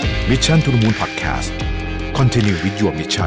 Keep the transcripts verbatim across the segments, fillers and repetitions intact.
Mission to the Moon Podcast Continue with your mission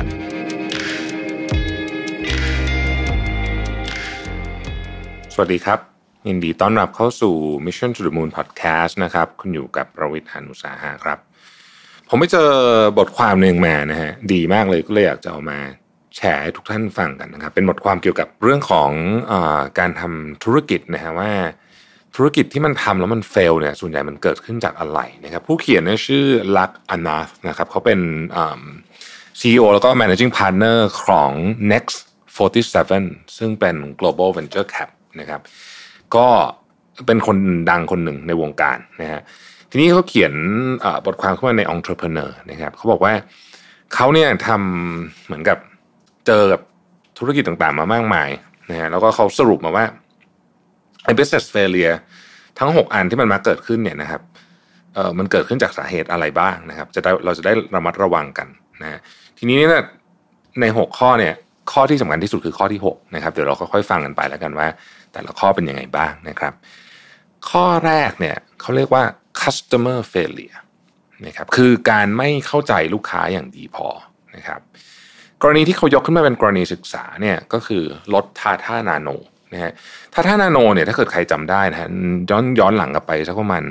สวัสดีครับยินดีต้อนรับเข้าสู่ Mission to the Moon Podcast นะครับคุณอยู่กับประวิทย์ หาญอุตสาหะครับผมไปเจอบทความหนึ่งมานะฮะดีมากเลยก็เลยอยากจะเอามาแชร์ให้ทุกท่านฟังกันนะครับเป็นบทความเกี่ยวกับเรื่องของเอ่อการทำธุรกิจนะฮะว่าธุรกิจที่มันทำแล้วมันเฟลเนี่ยส่วนใหญ่มันเกิดขึ้นจากอะไรนะครับผู้เขียนเนี่ยชื่อลักษณ์ อนาธนะครับเขาเป็นเอ่อ ซี อี โอ แล้วก็ Managing Partner ของ Next สี่สิบเจ็ดซึ่งเป็น Global Venture Cap นะครับก็เป็นคนดังคนหนึ่งในวงการนะฮะทีนี้เขาเขียนบทความเข้ามาใน Entrepreneur นะครับเขาบอกว่าเขาเนี่ยทำเหมือนกับเจอกับธุรกิจต่างๆมามากมายนะฮะแล้วก็เขาสรุปมาว่าไอ้ business failure ทั้งหกอันที่มันมาเกิดขึ้นเนี่ยนะครับเอ่อมันเกิดขึ้นจากสาเหตุอะไรบ้างนะครับจะได้เราจะได้ระมัดระวังกันนะทีนี้เนี่ยในหกข้อเนี่ยข้อที่สำคัญที่สุดคือข้อที่หกนะครับเดี๋ยวเราค่อยๆฟังกันไปแล้วกันว่าแต่ละข้อเป็นยังไงบ้างนะครับข้อแรกเนี่ยเขาเรียกว่า customer failure นะครับคือการไม่เข้าใจลูกค้าอย่างดีพอนะครับกรณีที่เขายกขึ้นมาเป็นกรณีศึกษาเนี่ยก็คือรถ Tata Nano นะฮะ Tata Nano เนี่ยถ้าเกิดใครจำได้นะฮะย้อนย้อนหลังกลับไปสักประมาณ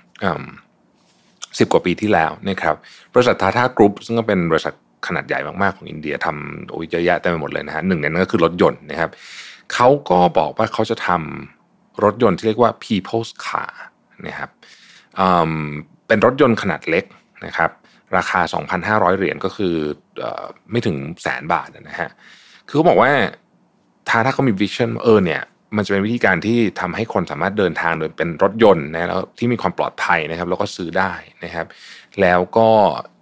สิบกว่าปีที่แล้วนะครับบริษัท Tata Group ซึ่งก็เป็นบริษัทขนาดใหญ่มากๆของอินเดียทำโอ้ยเยอะแยะเต็มไปหมดเลยนะฮะหนึ่งในนั้นก็คือรถยนต์นะครับเขาก็บอกว่าเขาจะทำรถยนต์ที่เรียกว่า People's Car นะครับเป็นรถยนต์ขนาดเล็กนะครับราคา สองพันห้าร้อย เหรียญก็คือไม่ถึงแสนบาทนะฮะคือเขาบอกว่าถ้าถ้าเขามีวิชั่นเออเนี่ยมันจะเป็นวิธีการที่ทำให้คนสามารถเดินทางโดยเป็นรถยนต์นะแล้วที่มีความปลอดภัยนะครับแล้วก็ซื้อได้นะครับแล้วก็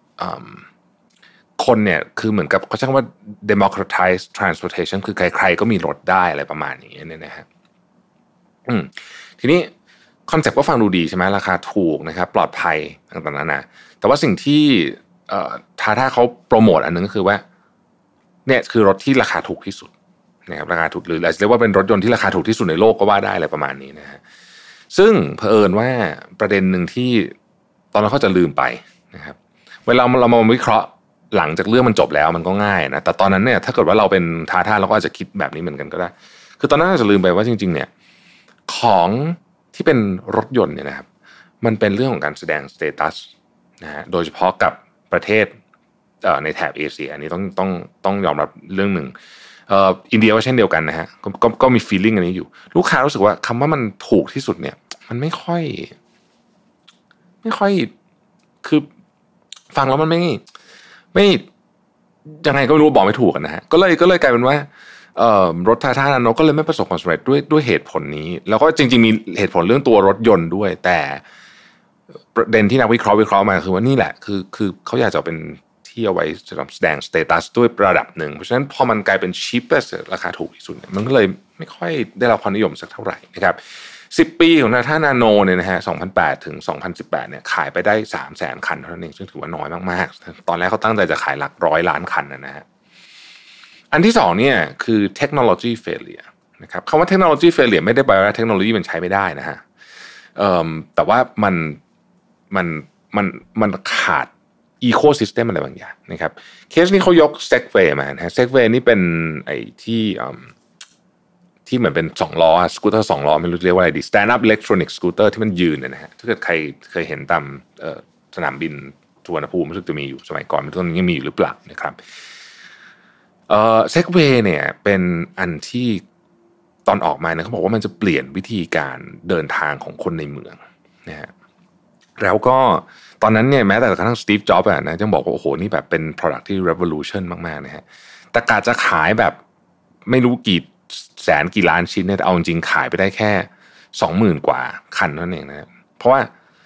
คนเนี่ยคือเหมือนกับเขาใช้คำว่า democratize transportation คือใครๆก็มีรถได้อะไรประมาณนี้เนี่ยนะฮะอืมทีนี้คอนเซ็ปต์ก็ฟังดูดีใช่ไหมราคาถูกนะครับปลอดภัยต่างๆนานาแต่ว่าสิ่งที่เอ่อถ้าถ้าเขาโปรโมทอันนึงก็คือว่าเนี่ยคือรถที่ราคาถูกที่สุดนะครับราคาถูกหรืออาจจะเรียกว่าเป็นรถยนต์ที่ราคาถูกที่สุดในโลกก็ว่าได้อะไรประมาณนี้นะฮะซึ่งเผอิญว่าประเด็นหนึ่งที่ตอนนั้นเขาจะลืมไปนะครับเวลาเรามาวิเคราะห์หลังจากเรื่องมันจบแล้วมันก็ง่ายนะแต่ตอนนั้นเนี่ยถ้าเกิดว่าเราเป็นทาท่าเราก็อาจจะคิดแบบนี้เหมือนกันก็ได้คือตอนนั้นอาจจะลืมไปว่าจริงๆเนี่ยของที่เป็นรถยนต์เนี่ยนะครับมันเป็นเรื่องของการแสดงสเตตัสนะฮะโดยเฉพาะกับประเทศเอ่อในแถบเอเชียอันนี้ต้องต้องต้องยอมรับเรื่องหนึ่งเอ่ออินเดียก็เช่นเดียวกันนะฮะก็ก็ก็มี feeling อันนี้อยู่ลูกค้ารู้สึกว่าคำว่ามันถูกที่สุดเนี่ยมันไม่ค่อยไม่ค่อยคือฟังแล้วมันไม่ไม่ยังไงก็ไม่รู้บอกไม่ถูกกันนะฮะก็เลยก็เลยกลายเป็นว่าเอ่อรถ Tata Nano ก็เลยไม่ประสบความสำเร็จด้วยด้วยเหตุผลนี้แล้วก็จริงๆมีเหตุผลเรื่องตัวรถยนต์ด้วยแต่ประเด็นที่นักวิเคราะห์วิเคราะห์มาคือว่านี่แหละคือคือเขาอยากจะเป็นที่เอาไว้สำหรับแสดงสเตตัสด้วยระดับหนึ่งเพราะฉะนั้นพอมันกลายเป็น cheapest ราคาถูกที่สุดมันก็เลยไม่ค่อยได้รับความนิยมสักเท่าไหร่นะครับสิบปีของ Tata Nano เนี่ยนะฮะสองพันแปดถึงสองพันสิบแปดเนี่ยขายไปได้ สามแสน คันเท่านั้นเองซึ่งถือว่าน้อยมากๆตอนแรกเขาตั้งใจจะขายหลักร้อยล้านคันนะฮะอันที่สองเนี่ยคือ technology failure นะครับคำว่า technology failure ไม่ได้แปลว่าเทคโนโลยีมันใช้ไม่ได้นะฮะแต่ว่ามันมันมันมันขาด ecosystem อะไรบางอย่างนะครับเคสนี้เขายก Segway มานะฮะ Segway นี่เป็นไอ้ที่ที่เหมือนเป็นสองล้อสกูตเตอร์สองล้อไม่รู้เรียกว่าอะไรดี stand up electronic scooter ที่มันยืนเนี่ยนะฮะถ้าเกิดใครเคยเห็นตามสนามบินสุวรรณภูมิรู้สึกจะมีอยู่สมัยก่อนมันตอนนี้ยังมีอยู่หรือเปล่านะครับเอ่อ Segway เนี่ยเป็นอันที่ตอนออกมาเนี่ยเขาบอกว่ามันจะเปลี่ยนวิธีการเดินทางของคนในเมืองนะฮะแล้วก็ตอนนั้นเนี่ยแม้แต่กระทั่งสตีฟจ็อบส์อ่ะนะยังบอกว่าโอ้โหนี่แบบเป็น product ที่ revolution มากๆนะฮะแต่กะจะขายแบบไม่รู้กี่แสนกี่ล้านชิ้นเนี่ยเอาจริงขายไปได้แค่ สองหมื่น กว่าคันเท่านั้นเองนะเพราะว่า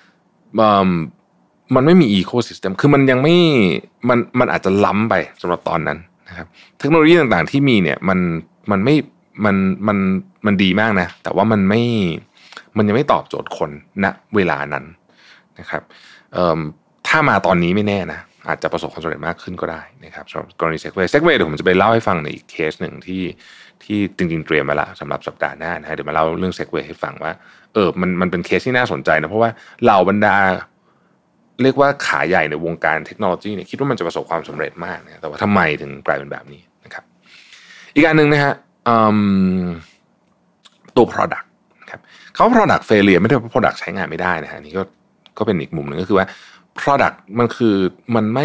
มันไม่มี ecosystem คือมันยังไม่มันมันอาจจะล้ำไปสำหรับตอนนั้นนะครับเทคโนโลยีต่างๆที่มีเนี่ยมันมันไม่มันมันมันดีมากนะแต่ว่ามันไม่มันยังไม่ตอบโจทย์คนณเวลานั้นนะครับถ้ามาตอนนี้ไม่แน่นะอาจจะประสบความสำเร็จมากขึ้นก็ได้นะครับสำหรับกรณี Segway Segway เดี๋ยวผมจะไปเล่าให้ฟังในอีกเคสหนึ่งที่ที่จริงๆเตรียมไว้ละสำหรับสัปดาห์หน้านะฮะเดี๋ยวมาเล่าเรื่อง Segway ให้ฟังว่าเออมันมันเป็นเคสที่น่าสนใจนะเพราะว่าเหล่าบรรดาเรียกว่าขาใหญ่ในวงการเทคโนโลยีเนี่ยคิดว่ามันจะประสบความสำเร็จมากนะแต่ว่าทำไมถึงกลายเป็นแบบนี้นะครับอีกอันหนึ่งนะฮะตัว product นะครับเขา product failure ไม่ได้ว่า product ใช้งานไม่ได้นะฮะนี่ก็ก็เป็นอีกมุมหนึ่งก็คือว่า product มันคือมันไม่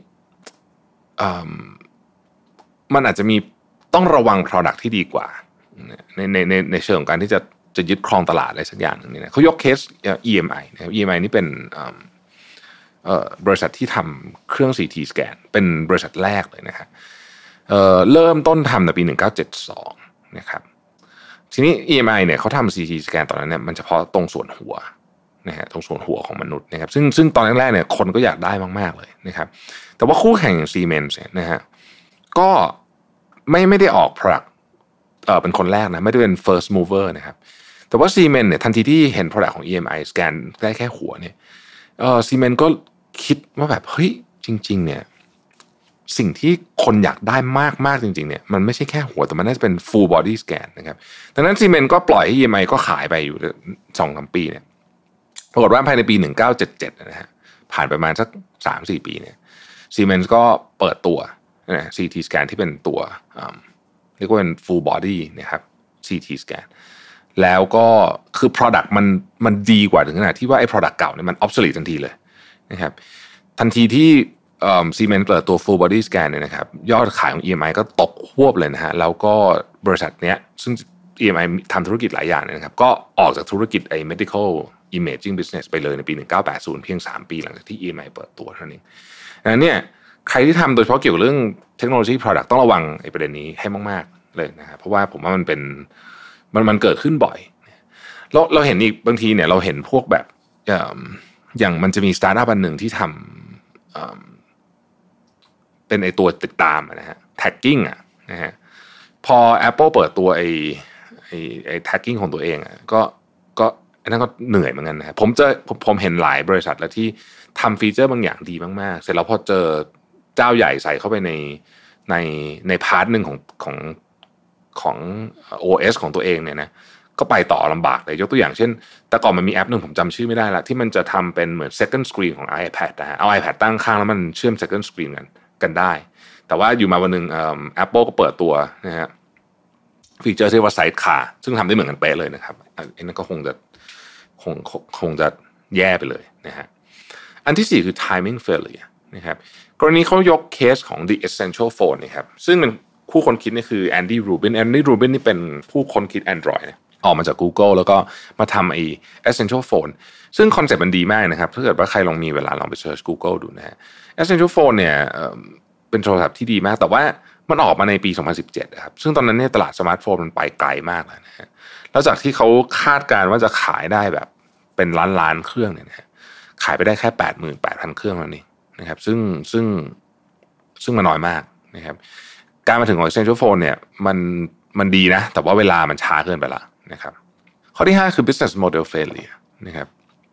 มันอาจจะมีต้องระวัง product ที่ดีกว่าในในในในเชิงของการที่จะจะยึดครองตลาดอะไรสักอย่างนึงเนี่ยเขายกเคส อี เอ็ม ไอ นะครับ อี เอ็ม ไอ นี่เป็นเอ่อบริษัทที่ทำเครื่อง ซี ที scan เป็นบริษัทแรกเลยนะครับเอ่อเริ่มต้นทำในปีหนึ่งเก้าเจ็ดสองนะครับทีนี้ อี เอ็ม ไอ เนี่ยเขาทำ ซี ที scan ตอนนั้นเนี่ยมันเฉพาะตรงส่วนหัวนะฮะตรงส่วนหัวของมนุษย์นะครับซึ่งซึ่งตอนแรกๆเนี่ยคนก็อยากได้มากๆเลยนะครับแต่ว่าคู่แข่งอย่าง Siemens เนี่ยนะฮะก็ไม่ไม่ได้ออก product เอ่อเป็นคนแรกนะไม่ได้เป็น first mover นะครับแต่ว่า Siemens เนี่ยทันทีที่เห็น product ของ อี เอ็ม ไอ scan ได้แค่หัวเนี่ยเอ่อ Siemens ก็คิดว่าแบบเฮ้ยจริงๆเนี่ยสิ่งที่คนอยากได้มากๆจริงๆเนี่ยมันไม่ใช่แค่หัวแต่มันน่าจะเป็น full body scan นะครับดังนั้น Siemens ก็ปล่อยให้ อี เอ็ม ไอ ก็ขายไปอยู่ สองถึงสาม ปีเนี่ยปรากฏว่าภายในปีหนึ่งเก้าเจ็ดเจ็ดนะฮะผ่านไปประมาณสัก สามถึงสี่ ปีเนี่ย Siemens ก็เปิดตัวนะ ซี ที scan ที่เป็นตัวเรียกว่าเป็น full body นะครับ ซี ที scan แล้วก็คือ product มันมันดีกว่าถึงขนาดที่ว่าไอ้ product เก่าเนี่ยมัน obsolete ทันทีเลยนะครับทันทีที่Siemens เปิดตัว full body scan เนี่ยนะครับยอดขายของ อี เอ็ม ไอ ก็ตกฮวบเลยนะฮะแล้วก็บริษัทเนี้ยซึ่ง อี เอ็ม ไอ ทำธุรกิจหลายอย่างนะครับก็ออกจากธุรกิจไอ้ medical imaging business ไปเลยในปีหนึ่งเก้าแปดศูนย์เพียงสามปีหลังจากที่ อี เอ็ม ไอ เปิดตัวเท่านั้นเองดังนั้นเนี่ยใครที่ทำโดยเฉพาะเกี่ยวกับเรื่องเทคโนโลยี product ต้องระวังไอ้ประเด็นนี้ให้มากๆเลยนะครับเพราะว่าผมว่ามันเป็นมันมันเกิดขึ้นบ่อยเราเราเห็นอีกบางทีเนี่ยเราเห็นพวกแบบอย่างมันจะมีสตาร์ทอัพอันหนึ่งที่ทำเป็นไอ้ตัวติดตามนะฮะ tagging อ่ะนะฮะพอ Apple เปิดตัวไอ้ไอ้ไอ้ tagging ของตัวเองอ่ะก็ก็อันนั้นก็เหนื่อยเหมือนกันนะผมจะผมผมเห็นหลายบริษัทแล้วที่ทำฟีเจอร์บางอย่างดีมากๆเสร็จแล้วพอเจอเจ้าใหญ่ใส่เข้าไปในในในพาร์ทหนึ่งของของของ โอ เอส ของตัวเองเนี่ยนะก็ไปต่อลำบากเลยยกตัวอย่างเช่นแต่ก่อนมันมีแอปหนึ่งผมจำชื่อไม่ได้ละที่มันจะทำเป็นเหมือน second screen ของ iPad นะฮะเอา iPad ตั้งข้างแล้วมันเชื่อม second screen กันกันได้แต่ว่าอยู่มาวันหนึ่ง Apple ก็เปิดตัวนะฮะฟีเจอร์ที่ว่า Sidecar ซึ่งทำได้เหมือนกันเป๊ะเลยนะครับอันนั้นก็คงจะคงคงจะแย่ไปเลยนะฮะอันที่สี่คือ timing failure นะครับกรณีเขายกเคสของ The Essential Phone นะครับซึ่งเป็นผู้คนคิดนี่คือ Andy Rubin Andy Rubin นี่เป็นผู้คนคิด Android นะออกมาจาก Google แล้วก็มาทำไอ้ Essential Phone ซึ่งคอนเซ็ปต์มันดีมากนะครับถ้าเกิดว่าใครลองมีเวลาลองไปเสิร์ช Google ดูนะฮะ Essential Phone เนี่ยเป็นโทรศัพท์ที่ดีมากแต่ว่ามันออกมาในปีสองพันสิบเจ็ดนะครับซึ่งตอนนั้นเนี่ยตลาดสมาร์ทโฟนมันไปไกลมากแล้วนะฮะแล้วจากที่เขาคาดการณ์ว่าจะขายได้แบบเป็นล้านล้านเครื่องเนี่ยนะขายไปได้แค่ แปดหมื่นแปดพัน เครื่องเท่านั้นเองนะครับซึ่งซึ่งซึ่งมันน้อยมากนะครับการมาถึงของ Essential Phone เนี่ยมันมันดีนะแต่ว่าเวลามันช้าเกินไปละนะครับข้อที่ห้าคือ business model failure นะครับ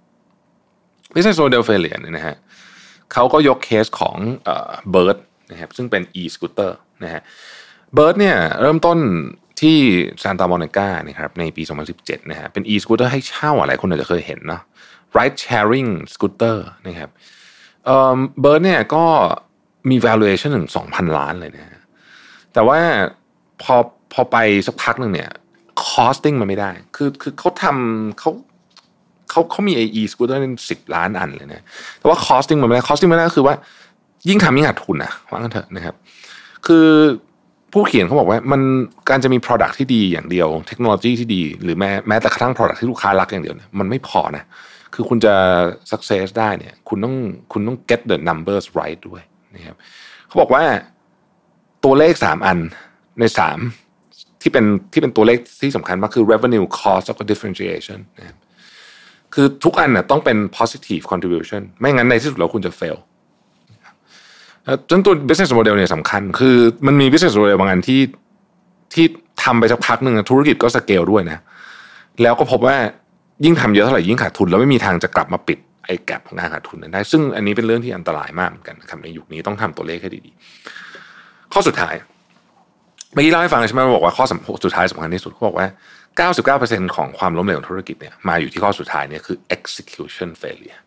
business model failure เนี่ยนะฮะเขาก็ยกเคสของเอ่อ Bird นะครับซึ่งเป็น e-scooter นะฮะ Bird เนี่ยเริ่มต้นที่ซานตาโมนิกานะครับในปีสองพันสิบเจ็ดนะฮะเป็น e-scooter ให้เช่าอะไรคนอาจจะเคยเห็นเนาะ ride sharing scooter นะครับเอ่อ Bird เนี่ยก็มี valuation ถึง สองพัน ล้านเลยนะฮะแต่ว่าพอพอไปสักพักนึงเนี่ย costing มันไม่ได้คือคือเขาทำเขาเขาเขามีไอ้ e-scooter นี่สิบล้านอันเลยนะแต่ว่า costing มันไม่ได้ costing มันไม่ได้ก็คือว่ายิ่งทำยิ่งขาดทุนนะว่ากันเถอะนะครับคือผู้เขียนเขาบอกว่ามันการจะมี product ที่ดีอย่างเดียวเทคโนโลยีที่ดีหรือแม้แม้แต่กระทั่ง product ที่ลูกค้ารักอย่างเดียวเนี่ยมันไม่พอนะคือคุณจะ success ได้เนี่ยคุณต้องคุณต้อง get the numbers right ด้วยนะครับเขาบอกว่าตัวเลขสามอันในสามที่เป็นที่เป็นตัวเลขที่สำคัญมากคือ revenue cost แล้วก็ differentiation นะครับคือทุกอันน่ะต้องเป็น positive contribution ไม่งั้นในที่สุดแล้วคุณจะ fail จนตัว business model เนี่ยสำคัญคือมันมี business model บางอันที่ที่ทำไปสักพักหนึ่งธุรกิจก็สเกลด้วยนะแล้วก็พบว่ายิ่งทำเยอะเท่าไหร่ยิ่งขาดทุนแล้วไม่มีทางจะกลับมาปิดไอ้แกปของการขาดทุนนั้นได้ซึ่งอันนี้เป็นเรื่องที่อันตรายมากเหมือนกันนะครับในยุคนี้ต้องทำตัวเลขให้ดีๆข้อสุดท้ายเมื่อกี้เล่าให้ฟังใช่ไหมบอกว่าข้อสุดท้ายสำคัญที่สุดเขาบอกว่า เก้าสิบเก้าเปอร์เซ็นต์ ของความล้มเหลวของธุรกิจเนี่ยมาอยู่ที่ข้อสุดท้ายเนี่ยคือ execution failure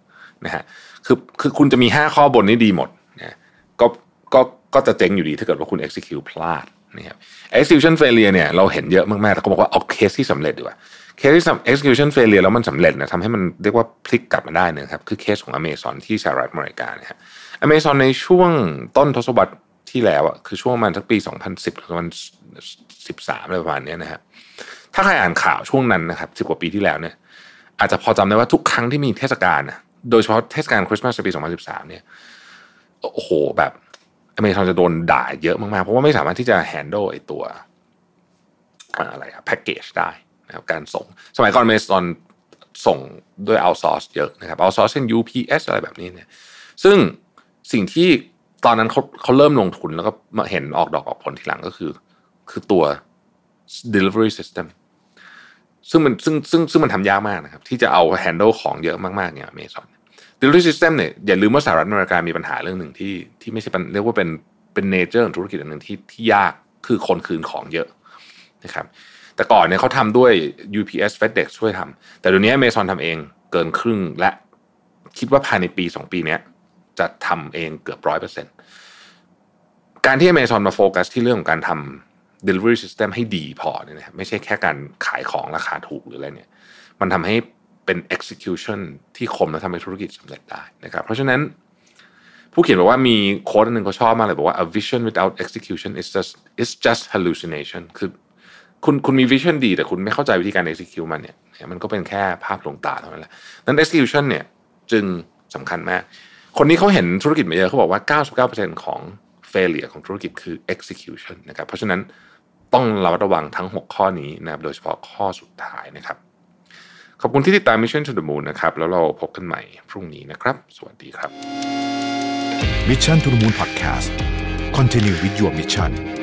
นะฮะคือคือคุณจะมีห้าข้อบนนี้ดีหมดนะก็ก็ก็จะเจ๊งอยู่ดีถ้าเกิดว่าคุณ execute พลาดนะครับ execution failure เนี่ยเราเห็นเยอะมากๆแต่เขาบอกว่าเอาเคสที่สำเร็จดีกว่าเคสที่ execution failure แล้วมันสำเร็จเนี่ยทำให้มันเรียกว่าพลิกกลับมาได้นะครับคือเคสของ Amazon ที่สหรัฐอเมริกานะฮะ Amazon ในช่วงต้นทศวรรษที่แล้วอ่ะคือช่วงประมาณสักปีสองพันสิบถึงสองพันสิบสามอะไรประมาณนี้นะฮะถ้าใครอ่านข่าวช่วงนั้นนะครับสิบกว่าปีที่แล้วเนี่ยอาจจะพอจำได้ว่าทุกครั้งที่มีเทศกาลนะโดยเฉพาะเทศกาลคริสต์มาสในปีสองพันสิบสามเนี่ยโอ้โหแบบ Amazon จะโดนด่าเยอะมากๆเพราะว่าไม่สามารถที่จะ handle ไอ้ตัวอะไรอะแพ็คเกจได้นะครับการส่งสมัยก่อน Amazon ส่งด้วย outsource เยอะนะครับ outsource เช่น ยู พี เอส อะไรแบบนี้เนี่ยซึ่งสิ่งที่ตอนนั้นเขาเขาเริ่มลงทุนแล้วก็มาเห็นออกดอกออกผลทีหลังก็คือคือตัว delivery system ซึ่งมันซึ่งซึ่งซึ่งมันทำยากมากนะครับที่จะเอา handle ของเยอะมากๆเนี่ย Amazon delivery system เนี่ยอย่าลืมว่าสหรัฐอเมริกามีปัญหาเรื่องหนึ่งที่ที่ไม่ใช่เรียกว่าเป็นเป็น nature ของธุรกิจอันหนึ่งที่ที่ยากคือคนคืนของเยอะนะครับแต่ก่อนเนี่ยเขาทำด้วย ยู พี เอส FedEx ช่วยทำแต่เดี๋ยวนี้ Amazon ทำเองเกินครึ่งและคิดว่าภายในปีสองปีนี้จะทำเองเกือบ ร้อยเปอร์เซ็นต์ การที่ Amazon มาโฟกัสที่เรื่องของการทำ delivery system ให้ดีพอเนี่ยนะครับไม่ใช่แค่การขายของราคาถูกหรืออะไรเนี่ยมันทำให้เป็น execution ที่คมและทำให้ธุรกิจสำเร็จได้นะครับเพราะฉะนั้นผู้เขียนบอกว่ามีโค้ดนึงเขาชอบมากเลยบอกว่า a vision without execution is just is just hallucination คือคุณคุณมี vision ดีแต่คุณไม่เข้าใจวิธีการ execute มันเนี่ยมันก็เป็นแค่ภาพลวงตาเท่านั้นแหละนั้น execution เนี่ยจึงสำคัญมากคนนี้เขาเห็นธุรกิจมาเยอะเขาบอกว่า เก้าสิบเก้าเปอร์เซ็นต์ ของ failure ของธุรกิจคือ execution นะครับเพราะฉะนั้นต้องระมัดระวังทั้งหกข้อนี้นะครับโดยเฉพาะข้อสุดท้ายนะครับขอบคุณที่ติดตาม Mission to the Moon นะครับแล้วเราพบกันใหม่พรุ่งนี้นะครับสวัสดีครับ Mission to the Moon Podcast Continue with your mission